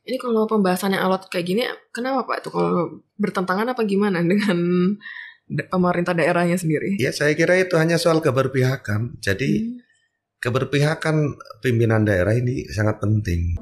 Ini kalau pembahasan yang alot kayak gini, kenapa Pak? Itu kalau bertentangan apa gimana dengan pemerintah daerahnya sendiri? Ya, saya kira itu hanya soal keberpihakan. Jadi keberpihakan pimpinan daerah ini sangat penting.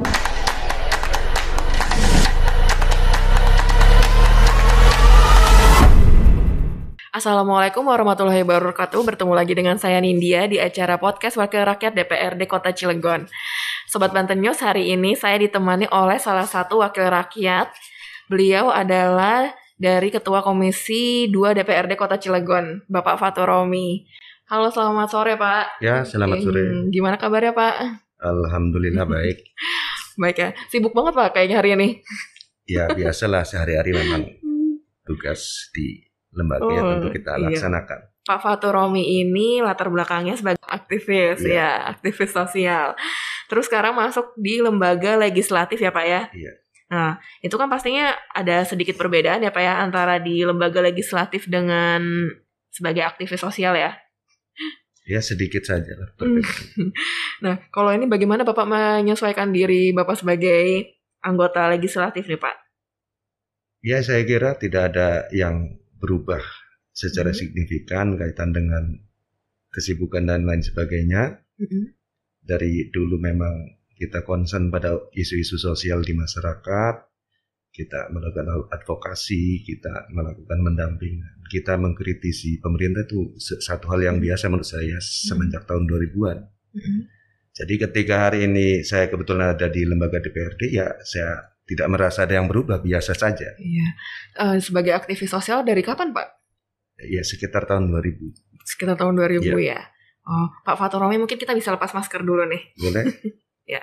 Assalamualaikum warahmatullahi wabarakatuh. Bertemu lagi dengan saya Nindya di acara podcast Wakil Rakyat DPRD Kota Cilegon. Sobat Banten News, hari ini saya ditemani oleh salah satu wakil rakyat. Beliau adalah dari Ketua Komisi 2 DPRD Kota Cilegon, Bapak Fatur Romi. Halo, selamat sore Pak. Ya, selamat sore. Gimana kabarnya Pak? Alhamdulillah baik. Baik ya, sibuk banget Pak kayaknya hari ini. Ya, biasalah sehari-hari memang tugas di lembaga tentu kita laksanakan. Pak Fatur Romi ini latar belakangnya sebagai aktivis, aktivis sosial. Terus sekarang masuk di lembaga legislatif ya Pak ya? Iya. Nah, itu kan pastinya ada sedikit perbedaan ya Pak ya antara di lembaga legislatif dengan sebagai aktivis sosial ya? Ya, sedikit saja lah perbedaan. Nah, kalau ini bagaimana Bapak menyesuaikan diri Bapak sebagai anggota legislatif nih Pak? Ya, saya kira tidak ada yang berubah secara signifikan kaitan dengan kesibukan dan lain sebagainya. Dari dulu memang kita concern pada isu-isu sosial di masyarakat, kita melakukan advokasi, kita melakukan mendampingan, kita mengkritisi pemerintah itu satu hal yang biasa menurut saya semenjak tahun 2000-an. Jadi ketika hari ini saya kebetulan ada di lembaga DPRD, ya saya tidak merasa ada yang berubah, biasa saja. Iya. Sebagai aktivis sosial dari kapan Pak? Ya sekitar tahun 2000. Sekitar tahun 2000 ya. Oh, Pak Fatur Romi mungkin kita bisa lepas masker dulu nih. Boleh? Ya.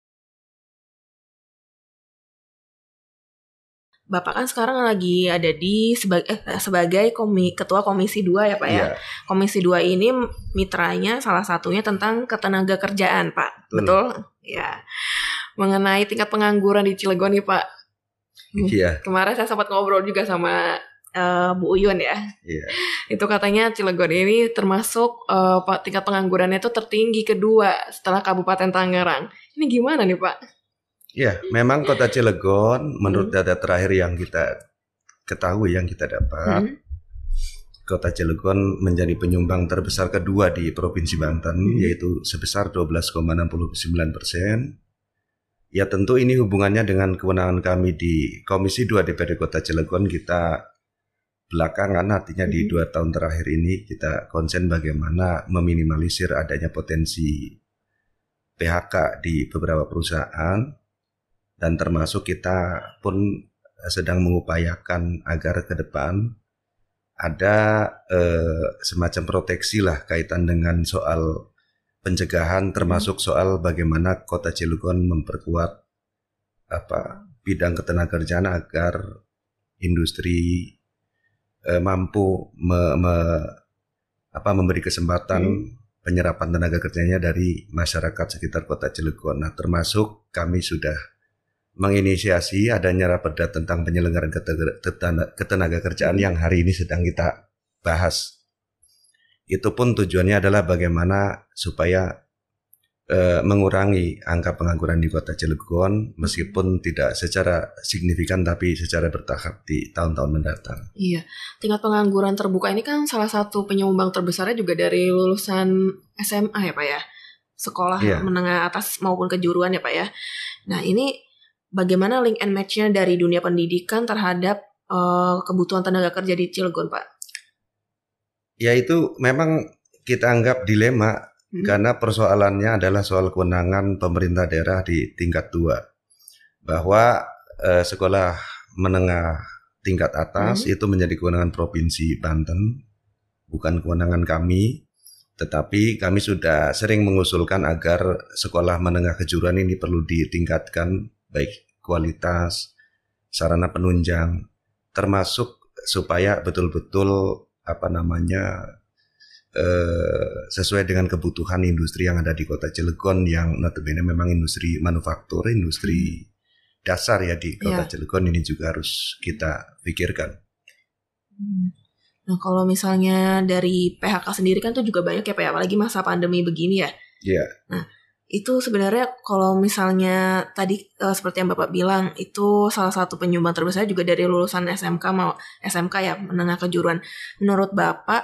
Bapak kan sekarang lagi ada di sebagai Ketua Komisi 2 ya Pak ya. Komisi 2 ini mitranya salah satunya tentang ketenaga kerjaan Pak. Betul? Ya. Mengenai tingkat pengangguran di Cilegon nih Pak. Iya. Kemarin saya sempat ngobrol juga sama Bu Uyun ya. Iya. Itu katanya Cilegon ini termasuk tingkat penganggurannya itu tertinggi kedua setelah Kabupaten Tangerang. Ini gimana nih Pak? Ya, memang Kota Cilegon menurut data terakhir yang kita ketahui, yang kita dapat, Kota Cilegon menjadi penyumbang terbesar kedua di Provinsi Banten, yaitu sebesar 12,69%. Ya tentu ini hubungannya dengan kewenangan kami di Komisi 2 DPRD Kota Cilegon. Kita belakangan, artinya di 2 tahun terakhir ini kita konsen bagaimana meminimalisir adanya potensi PHK di beberapa perusahaan, dan termasuk kita pun sedang mengupayakan agar ke depan ada semacam proteksi lah kaitan dengan soal pencegahan, termasuk soal bagaimana Kota Cilegon memperkuat bidang ketenagakerjaan agar industri mampu memberi kesempatan penyerapan tenaga kerjanya dari masyarakat sekitar Kota Cilegon. Nah, termasuk kami sudah menginisiasi adanya raperda tentang penyelenggaraan ketenaga kerjaan yang hari ini sedang kita bahas. Itu pun tujuannya adalah bagaimana supaya mengurangi angka pengangguran di Kota Cilegon, meskipun tidak secara signifikan tapi secara bertahap di tahun-tahun mendatang. Iya, tingkat pengangguran terbuka ini kan salah satu penyumbang terbesarnya juga dari lulusan SMA ya Pak ya, sekolah menengah atas maupun kejuruan ya Pak ya. Nah ini bagaimana link and match-nya dari dunia pendidikan terhadap kebutuhan tenaga kerja di Cilegon Pak? Ya itu memang kita anggap dilema. Karena persoalannya adalah soal kewenangan pemerintah daerah di tingkat 2. Bahwa sekolah menengah tingkat atas itu menjadi kewenangan Provinsi Banten, bukan kewenangan kami. Tetapi kami sudah sering mengusulkan agar sekolah menengah kejuruan ini perlu ditingkatkan, baik kualitas, sarana penunjang, termasuk supaya betul-betul sesuai dengan kebutuhan industri yang ada di Kota Cilegon, yang notabene memang industri manufaktur, industri dasar ya di Kota Cilegon ini juga harus kita pikirkan. Nah kalau misalnya dari PHK sendiri kan tuh juga banyak ya Pak, apalagi masa pandemi begini ya. Iya. Nah Itu sebenarnya kalau misalnya tadi seperti yang Bapak bilang, itu salah satu penyumbang terbesar juga dari lulusan SMK SMK ya, menengah kejuruan. Menurut Bapak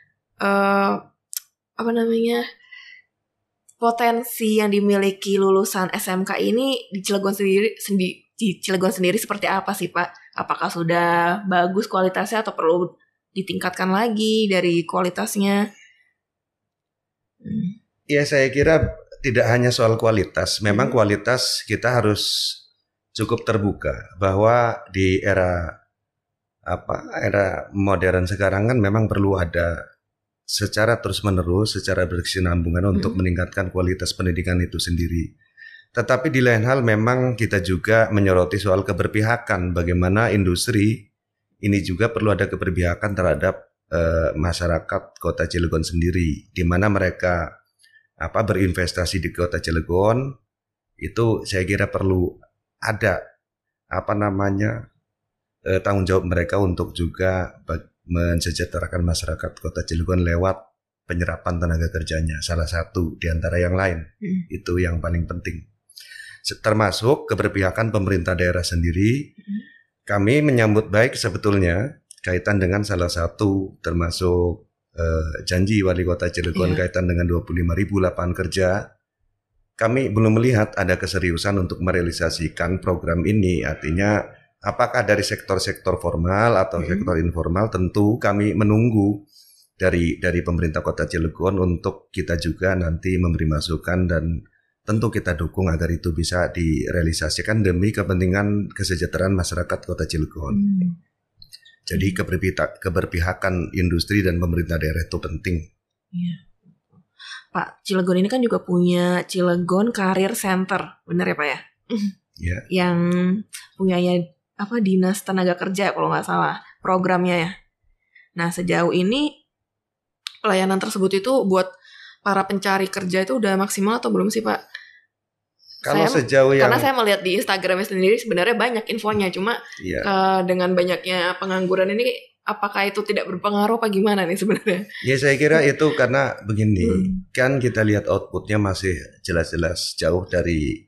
potensi yang dimiliki lulusan SMK ini di Cilegon sendiri seperti apa sih Pak? Apakah sudah bagus kualitasnya atau perlu ditingkatkan lagi dari kualitasnya? Ya, saya kira tidak hanya soal kualitas. Memang kualitas kita harus cukup terbuka bahwa di era modern sekarang kan memang perlu ada secara terus-menerus, secara berkesinambungan untuk meningkatkan kualitas pendidikan itu sendiri. Tetapi di lain hal memang kita juga menyoroti soal keberpihakan, bagaimana industri ini juga perlu ada keberpihakan terhadap masyarakat Kota Cilegon sendiri, di mana mereka berinvestasi di Kota Cilegon, itu saya kira perlu ada tanggung jawab mereka untuk juga mensejahterakan masyarakat Kota Cilegon lewat penyerapan tenaga kerjanya, salah satu di antara yang lain. Itu yang paling penting. Termasuk keberpihakan pemerintah daerah sendiri. Kami menyambut baik sebetulnya kaitan dengan salah satu termasuk janji Wali Kota Cilegon kaitan dengan 25.000 lapangan kerja. Kami belum melihat ada keseriusan untuk merealisasikan program ini. Artinya apakah dari sektor-sektor formal atau sektor informal, tentu kami menunggu dari pemerintah Kota Cilegon untuk kita juga nanti memberi masukan dan tentu kita dukung agar itu bisa direalisasikan demi kepentingan kesejahteraan masyarakat Kota Cilegon. Jadi keberpihakan industri dan pemerintah daerah itu penting. Iya. Pak, Cilegon ini kan juga punya Cilegon Career Center, benar ya Pak ya? Iya. Yang punyanya Dinas Tenaga Kerja kalau nggak salah programnya ya. Nah sejauh ini pelayanan tersebut itu buat para pencari kerja itu udah maksimal atau belum sih Pak? Karena saya melihat di Instagramnya sendiri sebenarnya banyak infonya, cuma dengan banyaknya pengangguran ini apakah itu tidak berpengaruh apa gimana nih sebenarnya? Ya saya kira itu karena begini, kan kita lihat outputnya masih jelas-jelas jauh dari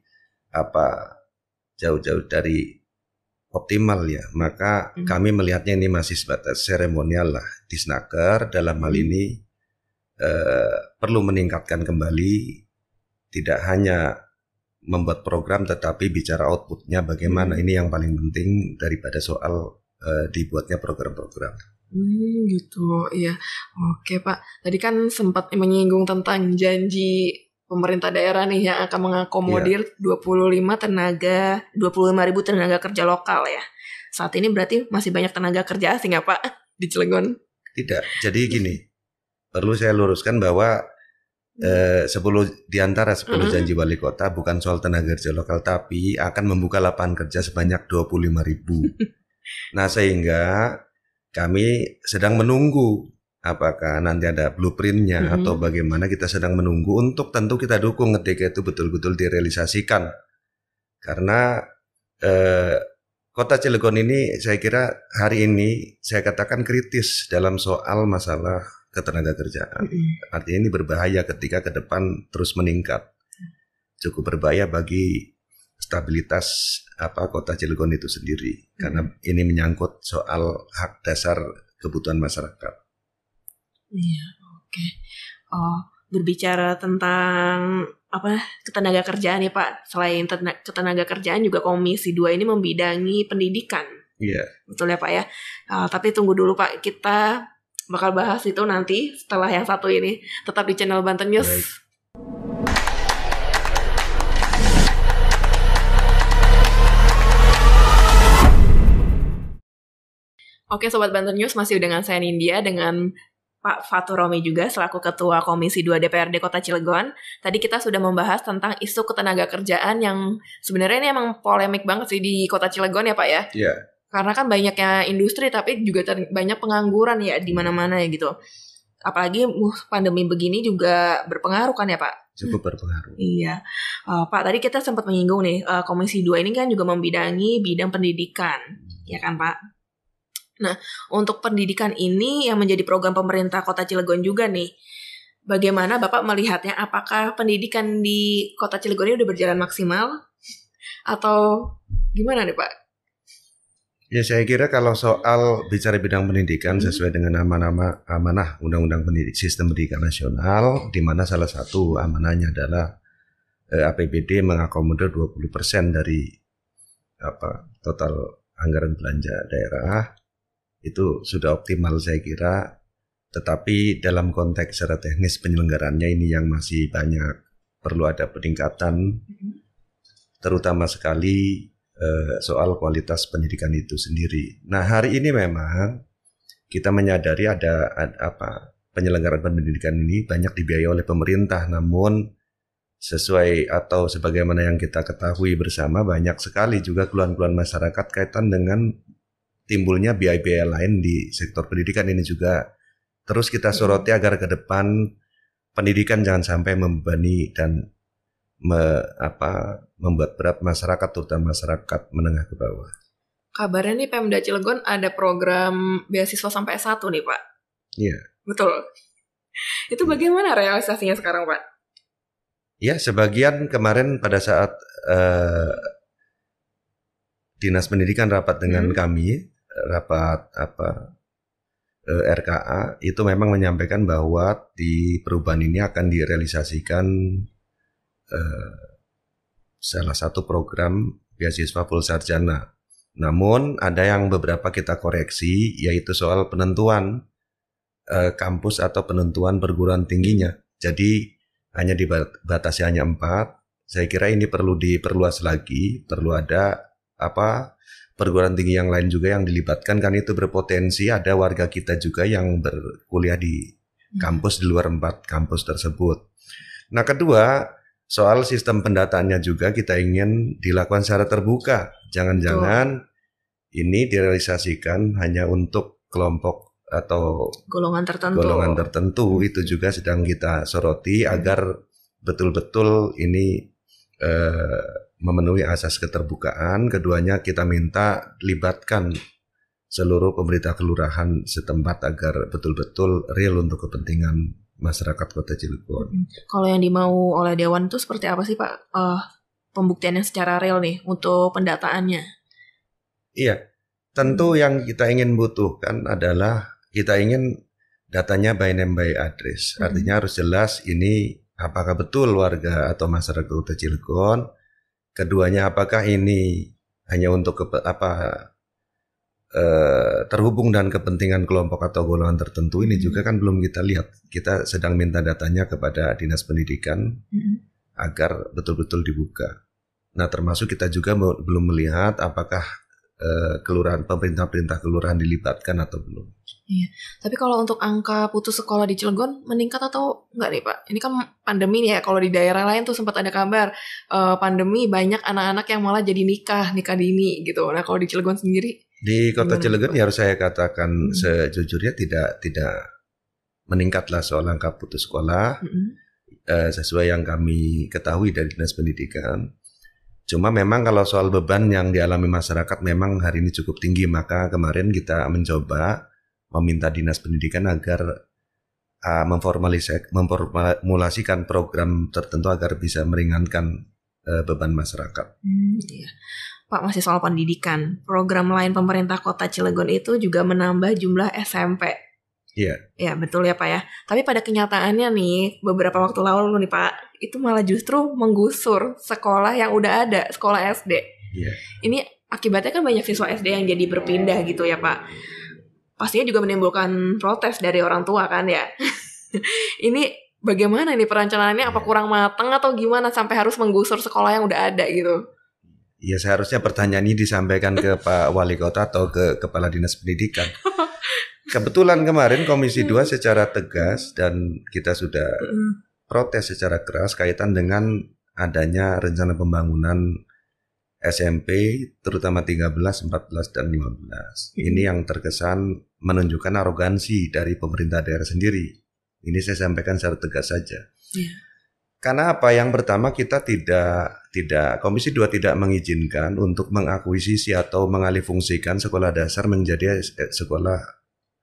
optimal ya. Maka kami melihatnya ini masih sebatas seremonial lah. Disnaker dalam hal ini perlu meningkatkan kembali, tidak hanya membuat program tetapi bicara outputnya bagaimana. Ini yang paling penting daripada soal dibuatnya program-program. Gitu ya. Oke Pak, tadi kan sempat menyinggung tentang janji pemerintah daerah nih yang akan mengakomodir 25.000 tenaga kerja lokal ya. Saat ini berarti masih banyak tenaga kerja asing ya Pak di Cilegon? Tidak. Jadi gini, perlu saya luruskan bahwa 10 janji wali kota bukan soal tenaga kerja lokal, tapi akan membuka lapangan kerja sebanyak 25.000. Nah, sehingga kami sedang menunggu apakah nanti ada blueprintnya atau bagaimana. Kita sedang menunggu untuk tentu kita dukung ketika itu betul-betul direalisasikan. Karena Kota Cilegon ini saya kira hari ini saya katakan kritis dalam soal masalah ketenaga kerjaan. Artinya ini berbahaya ketika ke depan terus meningkat. Cukup berbahaya bagi stabilitas Kota Cilegon itu sendiri. Karena ini menyangkut soal hak dasar kebutuhan masyarakat. Iya, oke. Berbicara tentang ketenaga kerjaan ya Pak. Selain ketenaga kerjaan juga Komisi 2 ini membidangi pendidikan. Iya. Betul ya Pak ya. Tapi tunggu dulu Pak, kita bakal bahas itu nanti setelah yang satu ini. Tetap di channel Banten News. Baik. Oke Sobat Banten News, masih dengan saya Nindya dengan Pak Fatur Romi juga selaku Ketua Komisi 2 DPRD Kota Cilegon. Tadi kita sudah membahas tentang isu ketenaga kerjaan yang sebenarnya ini emang polemik banget sih di Kota Cilegon ya Pak ya. Iya. Karena kan banyaknya industri tapi juga banyak pengangguran ya di mana-mana ya gitu. Apalagi pandemi begini juga berpengaruh kan ya Pak? Cukup berpengaruh. Iya. Pak, tadi kita sempat menyinggung nih, Komisi 2 ini kan juga membidangi bidang pendidikan. Ya kan Pak? Nah, untuk pendidikan ini yang menjadi program pemerintah Kota Cilegon juga nih. bagaimana Bapak melihatnya? Apakah pendidikan di Kota Cilegon ini udah berjalan maksimal atau gimana nih Pak? Ya, saya kira kalau soal bicara bidang pendidikan sesuai dengan amanah Undang-Undang Sistem Pendidikan Nasional, di mana salah satu amanahnya adalah APBD mengakomodir 20% dari total anggaran belanja daerah. Itu sudah optimal saya kira. Tetapi dalam konteks secara teknis penyelenggaraannya ini yang masih banyak perlu ada peningkatan, terutama sekali soal kualitas pendidikan itu sendiri. Nah, hari ini memang kita menyadari ada penyelenggaraan pendidikan ini banyak dibiayai oleh pemerintah, namun sesuai atau sebagaimana yang kita ketahui bersama, banyak sekali juga keluhan-keluhan masyarakat kaitan dengan timbulnya biaya-biaya lain di sektor pendidikan ini juga terus kita soroti agar ke depan pendidikan jangan sampai membebani dan membuat berat masyarakat, terutama masyarakat menengah ke bawah. Kabarnya nih Pemda Cilegon ada program beasiswa sampai S1 nih Pak. Iya. Betul. Itu bagaimana realisasinya sekarang Pak? Ya, sebagian kemarin pada saat Dinas Pendidikan rapat dengan kami, rapat RKA, itu memang menyampaikan bahwa di perubahan ini akan direalisasikan salah satu program beasiswa full sarjana. Namun ada yang beberapa kita koreksi, yaitu soal penentuan kampus atau penentuan perguruan tingginya. Jadi hanya dibatasi hanya 4. Saya kira ini perlu diperluas lagi, perlu ada perguruan tinggi yang lain juga yang dilibatkan, kan itu berpotensi ada warga kita juga yang berkuliah di kampus di luar 4 kampus tersebut. Nah, kedua, soal sistem pendataannya juga kita ingin dilakukan secara terbuka. Jangan-jangan ini direalisasikan hanya untuk kelompok atau golongan tertentu. Itu juga sedang kita soroti agar betul-betul ini memenuhi asas keterbukaan. Keduanya kita minta libatkan seluruh pemerintah kelurahan setempat agar betul-betul real untuk kepentingan masyarakat Kota Cilegon. Kalau yang dimau oleh Dewan itu seperti apa sih Pak? Pembuktiannya secara real nih untuk pendataannya. Iya, tentu yang kita ingin butuhkan adalah kita ingin datanya by name by address. Artinya harus jelas ini apakah betul warga atau masyarakat Kota Cilegon. Keduanya apakah ini hanya untuk terhubung dan kepentingan kelompok atau golongan tertentu, ini juga kan belum kita lihat. Kita sedang minta datanya kepada Dinas Pendidikan agar betul-betul dibuka. Nah, termasuk kita juga belum melihat apakah kelurahan, pemerintah kelurahan dilibatkan atau belum. Iya. Tapi kalau untuk angka putus sekolah di Cilegon meningkat atau enggak nih Pak? Ini kan pandemi nih ya. Kalau di daerah lain tuh sempat ada kabar pandemi banyak anak-anak yang malah jadi nikah dini gitu. Nah, kalau di Cilegon sendiri di Kota Cilegon ya harus saya katakan sejujurnya tidak meningkatlah soal angka putus sekolah sesuai yang kami ketahui dari Dinas Pendidikan. Cuma memang kalau soal beban yang dialami masyarakat memang hari ini cukup tinggi, maka kemarin kita mencoba meminta Dinas Pendidikan agar memformulasikan program tertentu agar bisa meringankan beban masyarakat. Iya. Pak, masih soal pendidikan. Program lain pemerintah Kota Cilegon itu juga menambah jumlah SMP. Iya. Ya, betul ya Pak ya. Tapi pada kenyataannya nih, beberapa waktu lalu nih Pak, itu malah justru menggusur sekolah yang udah ada, sekolah SD. Iya. Ini akibatnya kan banyak siswa SD yang jadi berpindah gitu ya Pak. Pastinya juga menimbulkan protes dari orang tua kan ya. Ini bagaimana nih perencanaannya? Apa kurang matang atau gimana sampai harus menggusur sekolah yang udah ada gitu? Ya, seharusnya pertanyaan ini disampaikan ke Pak Wali Kota atau ke Kepala Dinas Pendidikan. Kebetulan kemarin Komisi 2 secara tegas dan kita sudah protes secara keras kaitan dengan adanya rencana pembangunan SMP terutama 13, 14, dan 15. Ini yang terkesan menunjukkan arogansi dari pemerintah daerah sendiri. Ini saya sampaikan secara tegas saja. Karena apa? Yang pertama kita tidak Komisi 2 tidak mengizinkan untuk mengakuisisi atau mengalihfungsikan sekolah dasar menjadi sekolah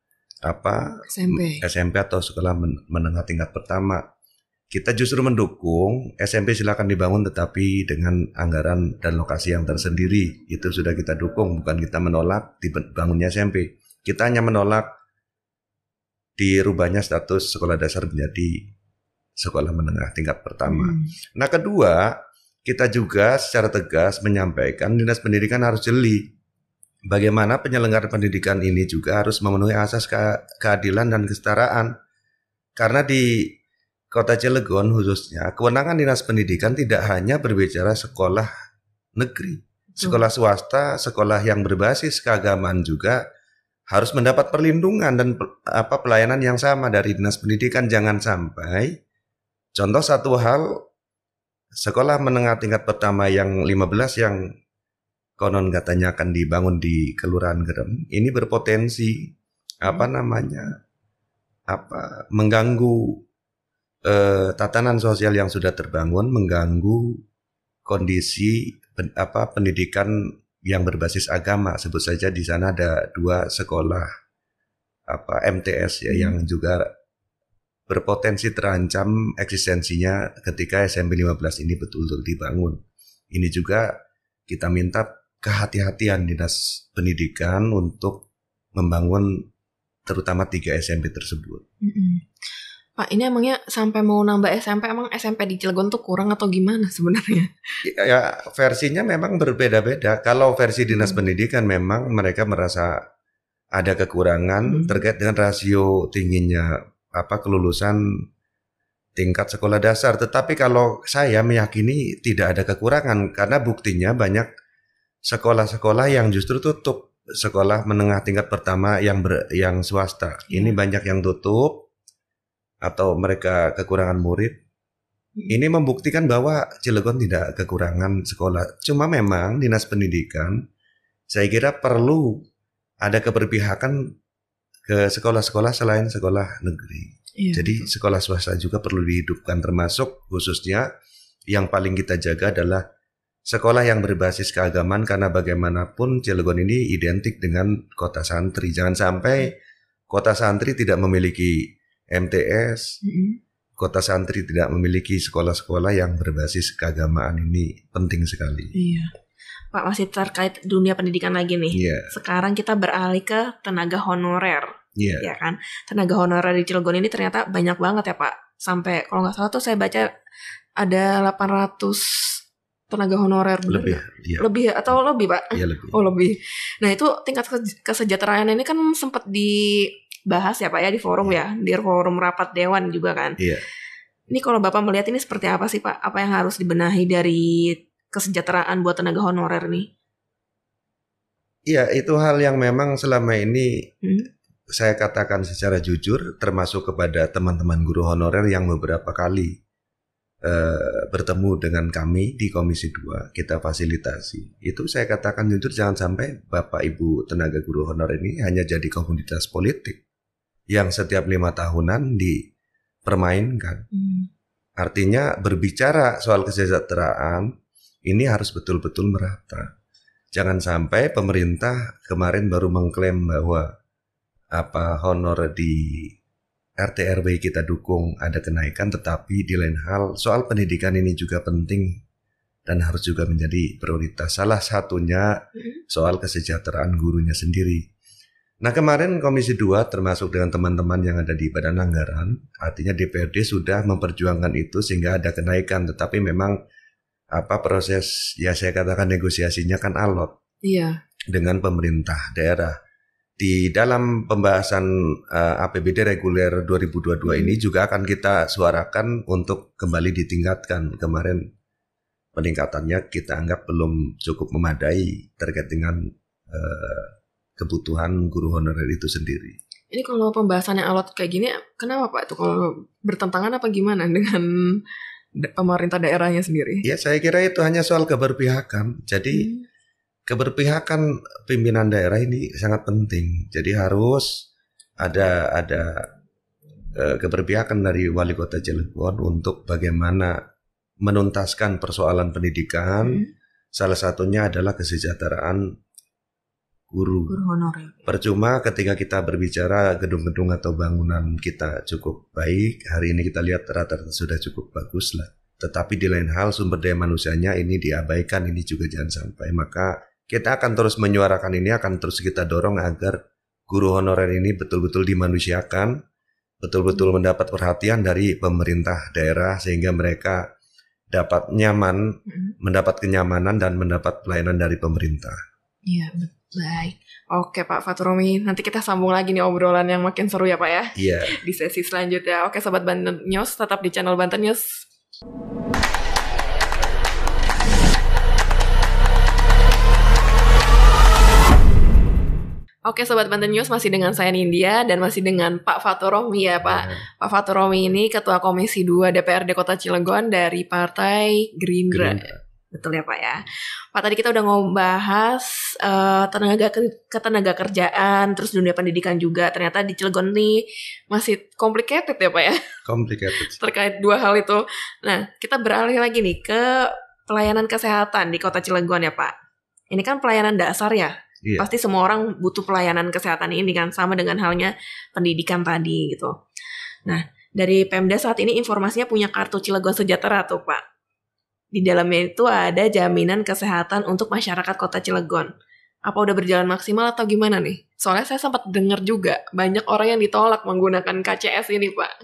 SMP atau sekolah menengah tingkat pertama. Kita justru mendukung SMP silakan dibangun tetapi dengan anggaran dan lokasi yang tersendiri. Itu sudah kita dukung, bukan kita menolak dibangunnya SMP. Kita hanya menolak dirubahnya status sekolah dasar menjadi sekolah menengah tingkat pertama. Nah, kedua, kita juga secara tegas menyampaikan Dinas Pendidikan harus jeli. Bagaimana penyelenggaraan pendidikan ini juga harus memenuhi asas keadilan dan kesetaraan. Karena di Kota Cilegon khususnya, kewenangan Dinas Pendidikan tidak hanya berbicara sekolah negeri. Sekolah swasta, sekolah yang berbasis keagamaan juga harus mendapat perlindungan dan pelayanan yang sama dari Dinas Pendidikan. Jangan sampai, contoh satu hal, sekolah menengah tingkat pertama yang 15 yang konon katanya akan dibangun di Kelurahan Gerem, ini berpotensi mengganggu tatanan sosial yang sudah terbangun, mengganggu kondisi pendidikan yang berbasis agama. Sebut saja di sana ada 2 sekolah MTS ya, yang juga berpotensi terancam eksistensinya ketika SMP 15 ini betul-betul dibangun. Ini juga kita minta kehati-hatian Dinas Pendidikan untuk membangun terutama 3 SMP tersebut. Pak, ini emangnya sampai mau nambah SMP, emang SMP di Cilegon tuh kurang atau gimana sebenarnya? Ya, versinya memang berbeda-beda. Kalau versi Dinas Pendidikan memang mereka merasa ada kekurangan terkait dengan rasio tingginya kelulusan tingkat sekolah dasar. Tetapi kalau saya meyakini tidak ada kekurangan, karena buktinya banyak sekolah-sekolah yang justru tutup. Sekolah menengah tingkat pertama yang swasta. Ini banyak yang tutup atau mereka kekurangan murid. Ini membuktikan bahwa Cilegon tidak kekurangan sekolah. Cuma memang Dinas Pendidikan saya kira perlu ada keberpihakan ke sekolah-sekolah selain sekolah negeri. Jadi sekolah swasta juga perlu dihidupkan, termasuk khususnya yang paling kita jaga adalah sekolah yang berbasis keagamaan, karena bagaimanapun Cilegon ini identik dengan kota santri. Jangan sampai kota santri tidak memiliki MTS, kota santri tidak memiliki sekolah-sekolah yang berbasis keagamaan. Ini penting sekali. Iya. Pak, masih terkait dunia pendidikan lagi nih. Sekarang kita beralih ke tenaga honorer. Ya kan? Tenaga honorer di Cilegon ini ternyata banyak banget ya Pak. Sampai kalau nggak salah tuh saya baca ada 800 tenaga honorer. Lebih atau lebih Pak? Iya, lebih. Oh, lebih. Nah, itu tingkat kesejahteraan ini kan sempat dibahas ya Pak ya di forum di forum rapat dewan juga kan. Ini kalau Bapak melihat ini seperti apa sih Pak? Apa yang harus dibenahi dari kesejahteraan buat tenaga honorer nih? Iya, itu hal yang memang selama ini saya katakan secara jujur, termasuk kepada teman-teman guru honorer yang beberapa kali bertemu dengan kami di Komisi 2, kita fasilitasi. Itu saya katakan jujur, jangan sampai Bapak Ibu tenaga guru honorer ini hanya jadi komoditas politik yang setiap 5 tahunan dipermainkan. Artinya berbicara soal kesejahteraan ini harus betul-betul merata. Jangan sampai pemerintah kemarin baru mengklaim bahwa honor di RT RW kita dukung ada kenaikan, tetapi di lain hal soal pendidikan ini juga penting dan harus juga menjadi prioritas. Salah satunya soal kesejahteraan gurunya sendiri. Nah, kemarin Komisi 2 termasuk dengan teman-teman yang ada di Badan Anggaran, artinya DPRD sudah memperjuangkan itu sehingga ada kenaikan, tetapi memang proses saya katakan negosiasinya kan alot dengan pemerintah daerah. Di dalam pembahasan APBD reguler 2022 ini juga akan kita suarakan untuk kembali ditingkatkan. Kemarin peningkatannya kita anggap belum cukup memadai terkait dengan kebutuhan guru honorer itu sendiri. Ini kalau pembahasannya alot kayak gini, kenapa Pak? Itu kalau bertentangan apa gimana dengan pemerintah daerahnya sendiri? Ya, saya kira itu hanya soal keberpihakan. Jadi keberpihakan pimpinan daerah ini sangat penting. Jadi harus ada keberpihakan dari Wali Kota Cilegon untuk bagaimana menuntaskan persoalan pendidikan. Salah satunya adalah kesejahteraan guru. Guru honorer. Percuma ketika kita berbicara gedung-gedung atau bangunan kita cukup baik, hari ini kita lihat rata-rata sudah cukup bagus lah. Tetapi di lain hal sumber daya manusianya ini diabaikan, ini juga jangan sampai. Maka kita akan terus menyuarakan ini, akan terus kita dorong agar guru honorer ini betul-betul dimanusiakan, betul-betul mendapat perhatian dari pemerintah daerah sehingga mereka dapat nyaman, mendapat kenyamanan dan mendapat pelayanan dari pemerintah. Iya, baik. Oke Pak Fatur Romi, nanti kita sambung lagi nih obrolan yang makin seru ya Pak ya. Iya. Di sesi selanjutnya. Oke Sobat Banten News, tetap di channel Banten News. Oke Sobat Banten News, masih dengan saya Nindya dan masih dengan Pak Fatur Romi ya Pak. Pak Fatur Romi ini Ketua Komisi 2 DPRD Kota Cilegon dari Partai Gerindra. Betul ya Pak ya. Pak, tadi kita udah ngebahas ketenaga kerjaan, terus dunia pendidikan juga. Ternyata di Cilegon nih masih complicated ya Pak ya. Complicated. Terkait dua hal itu. Nah, kita beralih lagi nih ke pelayanan kesehatan di Kota Cilegon ya Pak. Ini kan pelayanan dasar ya. Iya. Pasti semua orang butuh pelayanan kesehatan ini kan, sama dengan halnya pendidikan tadi gitu. Nah, dari Pemda saat ini informasinya punya kartu Cilegon Sejahtera tuh Pak. Di dalamnya itu ada jaminan kesehatan untuk masyarakat Kota Cilegon. Apa udah berjalan maksimal atau gimana nih? Soalnya saya sempat dengar juga banyak orang yang ditolak menggunakan KCS ini Pak.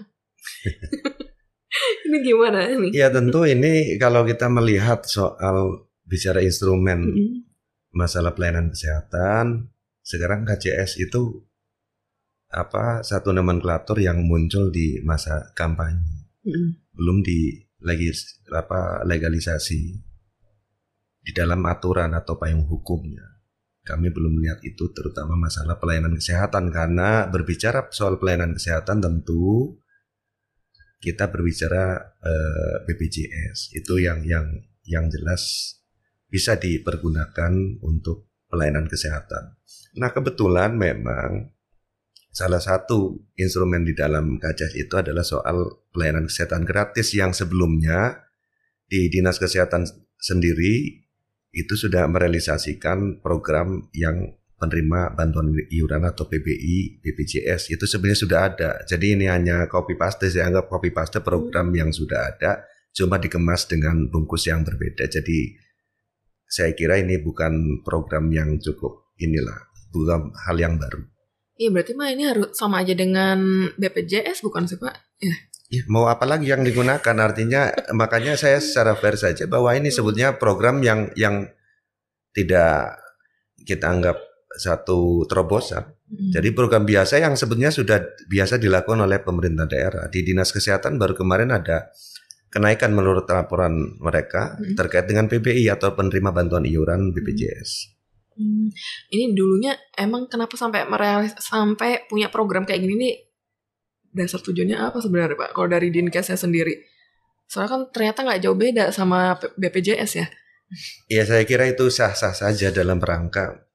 Ini gimana nih? Ya tentu ini kalau kita melihat soal bicara instrumen masalah pelayanan kesehatan, sekarang KCS itu satu nomenklatur yang muncul di masa kampanye, belum legalisasi di dalam aturan atau payung hukumnya. Kami belum melihat itu, terutama masalah pelayanan kesehatan, karena berbicara soal pelayanan kesehatan tentu kita berbicara BPJS itu yang jelas bisa dipergunakan untuk pelayanan kesehatan. Nah kebetulan memang salah satu instrumen di dalam KCS itu adalah soal pelayanan kesehatan gratis yang sebelumnya di Dinas Kesehatan sendiri itu sudah merealisasikan program yang penerima bantuan iuran atau PBI, BPJS itu sebenarnya sudah ada. Jadi ini hanya copy paste, saya anggap copy paste program yang sudah ada, cuma dikemas dengan bungkus yang berbeda. Jadi saya kira ini bukan program yang cukup bukan hal yang baru. Iya berarti mah ini harus sama aja dengan BPJS bukan sih Pak? Ya, mau apa lagi yang digunakan, artinya makanya saya secara fair saja bahwa ini sebetulnya program yang tidak kita anggap satu terobosan. Jadi program biasa yang sebetulnya sudah biasa dilakukan oleh pemerintah daerah. Di Dinas Kesehatan baru kemarin ada kenaikan menurut laporan mereka terkait dengan PBI atau penerima bantuan iuran BPJS. Ini dulunya emang kenapa sampai punya program kayak gini nih? Dasar tujuannya apa sebenarnya Pak? Kalau dari Dinkesnya sendiri, soalnya kan ternyata nggak jauh beda sama BPJS ya. Iya saya kira itu sah-sah saja dalam rangka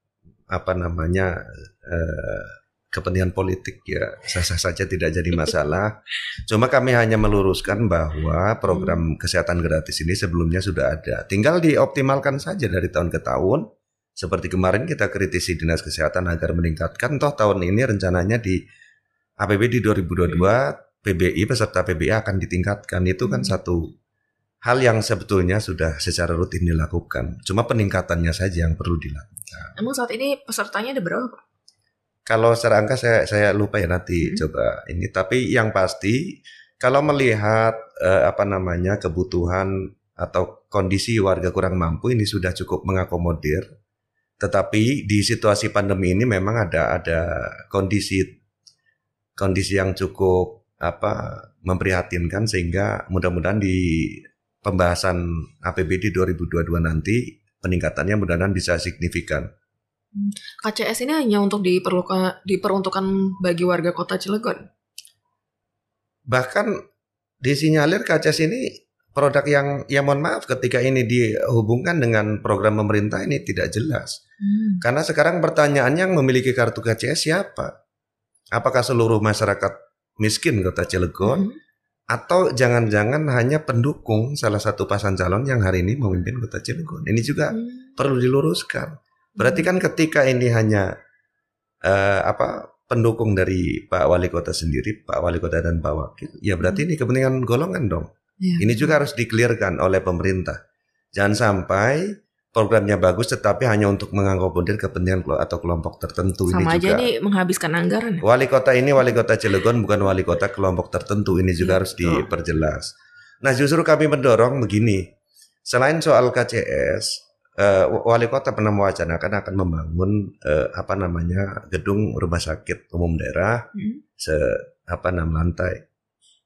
kepentingan politik ya, sah-sah saja tidak jadi masalah. Cuma kami hanya meluruskan bahwa program kesehatan gratis ini sebelumnya sudah ada. Tinggal dioptimalkan saja dari tahun ke tahun. Seperti kemarin kita kritisi Dinas Kesehatan agar meningkatkan. Toh tahun ini rencananya di APBD 2022 PBI peserta PBI akan ditingkatkan. Itu kan satu hal yang sebetulnya sudah secara rutin dilakukan. Cuma peningkatannya saja yang perlu dilakukan. Emang saat ini pesertanya ada berapa Pak? Kalau secara angka saya lupa ya nanti coba ini. Tapi yang pasti kalau melihat kebutuhan atau kondisi warga kurang mampu ini sudah cukup mengakomodir. Tetapi di situasi pandemi ini memang ada kondisi yang cukup memprihatinkan, sehingga mudah-mudahan di pembahasan APBD 2022 nanti peningkatannya mudah-mudahan bisa signifikan. KCS ini hanya untuk diperuntukkan bagi warga Kota Cilegon. Bahkan disinyalir KCS ini produk yang mohon maaf ketika ini dihubungkan dengan program pemerintah ini tidak jelas. Karena sekarang pertanyaannya yang memiliki kartu KCS siapa? Apakah seluruh masyarakat miskin Kota Cilegon? Atau jangan-jangan hanya pendukung salah satu pasangan calon yang hari ini memimpin Kota Cilegon? Ini juga perlu diluruskan. Berarti kan ketika ini hanya pendukung dari Pak Wali Kota sendiri, Pak Wali Kota dan Pak Wakil, ya berarti ini kepentingan golongan dong. Ini juga harus di-clearkan oleh pemerintah. Jangan sampai programnya bagus tetapi hanya untuk mengakomodir kepentingan atau kelompok tertentu. Sama ini aja juga nih menghabiskan anggaran. Wali kota ini wali kota Cilegon, bukan wali kota kelompok tertentu. Ini juga harus diperjelas. Nah, justru kami mendorong begini. Selain soal KCS, wali kota pernah mewacanakan akan membangun gedung rumah sakit umum daerah 6 lantai.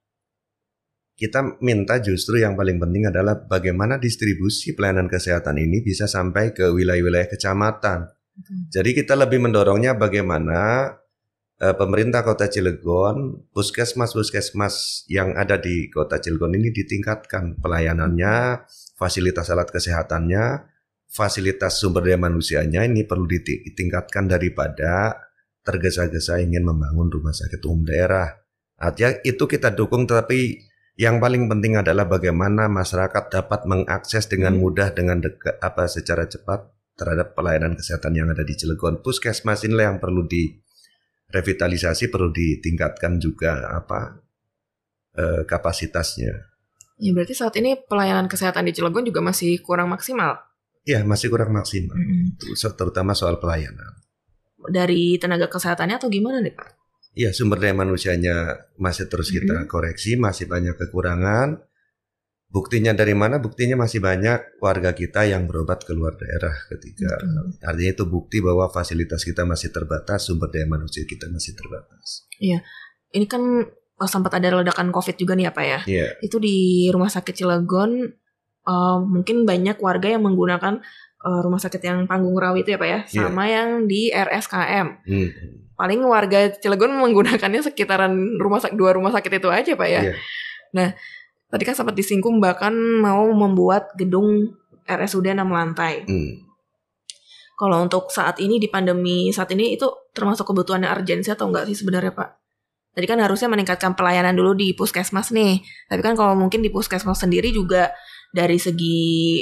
Kita minta justru yang paling penting adalah bagaimana distribusi pelayanan kesehatan ini bisa sampai ke wilayah-wilayah kecamatan. Jadi kita lebih mendorongnya bagaimana pemerintah Kota Cilegon, puskesmas yang ada di Kota Cilegon ini ditingkatkan pelayanannya, fasilitas alat kesehatannya, fasilitas sumber daya manusianya ini perlu ditingkatkan daripada tergesa-gesa ingin membangun rumah sakit umum daerah. Artinya itu kita dukung, tetapi yang paling penting adalah bagaimana masyarakat dapat mengakses dengan mudah, dengan secara cepat terhadap pelayanan kesehatan yang ada di Cilegon. Puskesmas inilah yang perlu direvitalisasi, perlu ditingkatkan juga kapasitasnya. Ya berarti saat ini pelayanan kesehatan di Cilegon juga masih kurang maksimal. Iya, masih kurang maksimal, terutama soal pelayanan. Dari tenaga kesehatannya atau gimana nih Pak? Iya, sumber daya manusianya masih terus kita koreksi, masih banyak kekurangan. Buktinya dari mana? Buktinya masih banyak warga kita yang berobat ke luar daerah ketika. Artinya itu bukti bahwa fasilitas kita masih terbatas, sumber daya manusia kita masih terbatas. Iya, ini kan sempat ada ledakan COVID juga nih ya Pak ya? Iya. Itu di Rumah Sakit Cilegon, mungkin banyak warga yang menggunakan rumah sakit yang Panggung Rawi itu ya Pak ya? Sama yang di RSKM. Paling warga Cilegon menggunakannya sekitaran dua rumah sakit itu aja Pak ya. Nah, tadi kan sempat disinggung bahkan mau membuat gedung RSUD 6 lantai. Kalau untuk saat ini di pandemi saat ini itu termasuk kebutuhannya urgensi atau enggak sih sebenarnya Pak? Tadi kan harusnya meningkatkan pelayanan dulu di puskesmas nih. Tapi kan kalau mungkin di puskesmas sendiri juga dari segi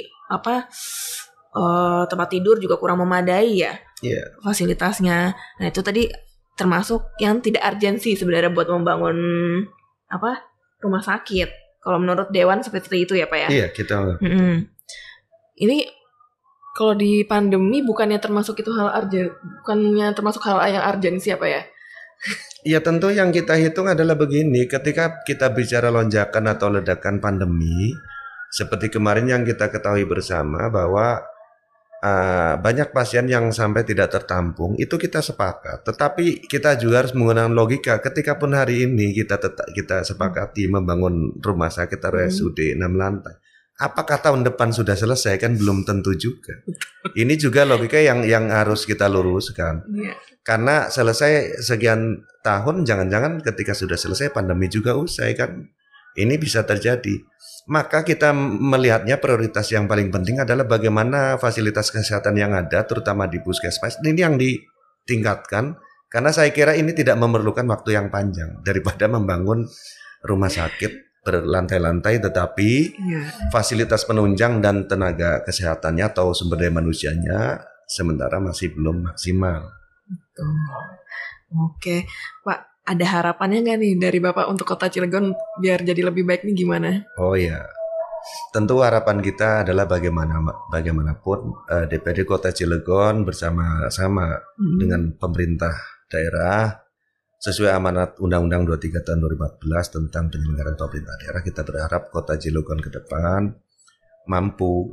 tempat tidur juga kurang memadai ya. Fasilitasnya. Nah, itu tadi termasuk yang tidak urgensi sebenarnya buat membangun rumah sakit. Kalau menurut Dewan seperti itu ya Pak ya? Iya, kita. Ini kalau di pandemi bukannya termasuk hal yang urgensi apa ya? Ya tentu yang kita hitung adalah begini, ketika kita bicara lonjakan atau ledakan pandemi, seperti kemarin yang kita ketahui bersama bahwa banyak pasien yang sampai tidak tertampung, itu kita sepakat. Tetapi kita juga harus menggunakan logika. Ketika pun hari ini kita sepakati membangun rumah sakit RSUD 6 lantai, apakah tahun depan sudah selesai? Kan belum tentu juga. Ini juga logika yang harus kita luruskan. Karena selesai sekian tahun, jangan-jangan ketika sudah selesai pandemi juga usai kan. Ini bisa terjadi. Maka kita melihatnya prioritas yang paling penting adalah bagaimana fasilitas kesehatan yang ada, terutama di puskesmas, ini yang ditingkatkan. Karena saya kira ini tidak memerlukan waktu yang panjang daripada membangun rumah sakit berlantai-lantai, tetapi fasilitas penunjang dan tenaga kesehatannya atau sumber daya manusianya sementara masih belum maksimal. Oke, Pak. Ada harapannya nggak nih dari Bapak untuk Kota Cilegon biar jadi lebih baik nih gimana? Oh ya, tentu harapan kita adalah bagaimanapun DPD Kota Cilegon bersama-sama dengan pemerintah daerah sesuai amanat Undang-Undang 23 tahun 2014 tentang penyelenggaraan pemerintah daerah, kita berharap Kota Cilegon ke depan mampu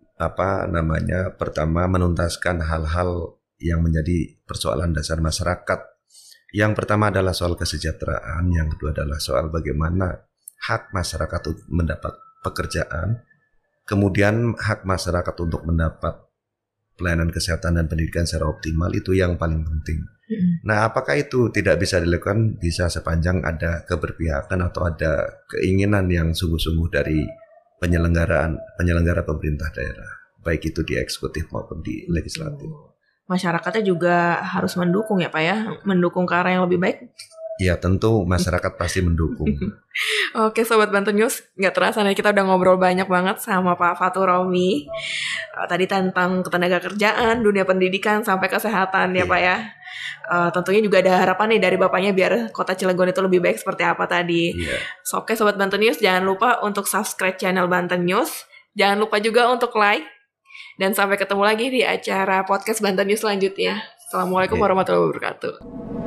pertama menuntaskan hal-hal yang menjadi persoalan dasar masyarakat. Yang pertama adalah soal kesejahteraan, yang kedua adalah soal bagaimana hak masyarakat untuk mendapat pekerjaan, kemudian hak masyarakat untuk mendapat pelayanan kesehatan dan pendidikan secara optimal, itu yang paling penting. Nah, apakah itu tidak bisa dilakukan? Bisa sepanjang ada keberpihakan atau ada keinginan yang sungguh-sungguh dari penyelenggara pemerintah daerah, baik itu di eksekutif maupun di legislatif. Masyarakatnya juga harus mendukung ya Pak ya, mendukung ke arah yang lebih baik. Ya tentu masyarakat pasti mendukung. Oke Sobat Banten News, nggak terasa nih kita udah ngobrol banyak banget sama Pak Fatur Romi. Tadi tentang ketenaga kerjaan, dunia pendidikan, sampai kesehatan ya Pak ya. Tentunya juga ada harapan nih dari Bapaknya biar Kota Cilegon itu lebih baik seperti apa tadi. So, oke Sobat Banten News, jangan lupa untuk subscribe channel Banten News. Jangan lupa juga untuk like. Dan sampai ketemu lagi di acara podcast Banten News selanjutnya. Assalamualaikum warahmatullahi wabarakatuh.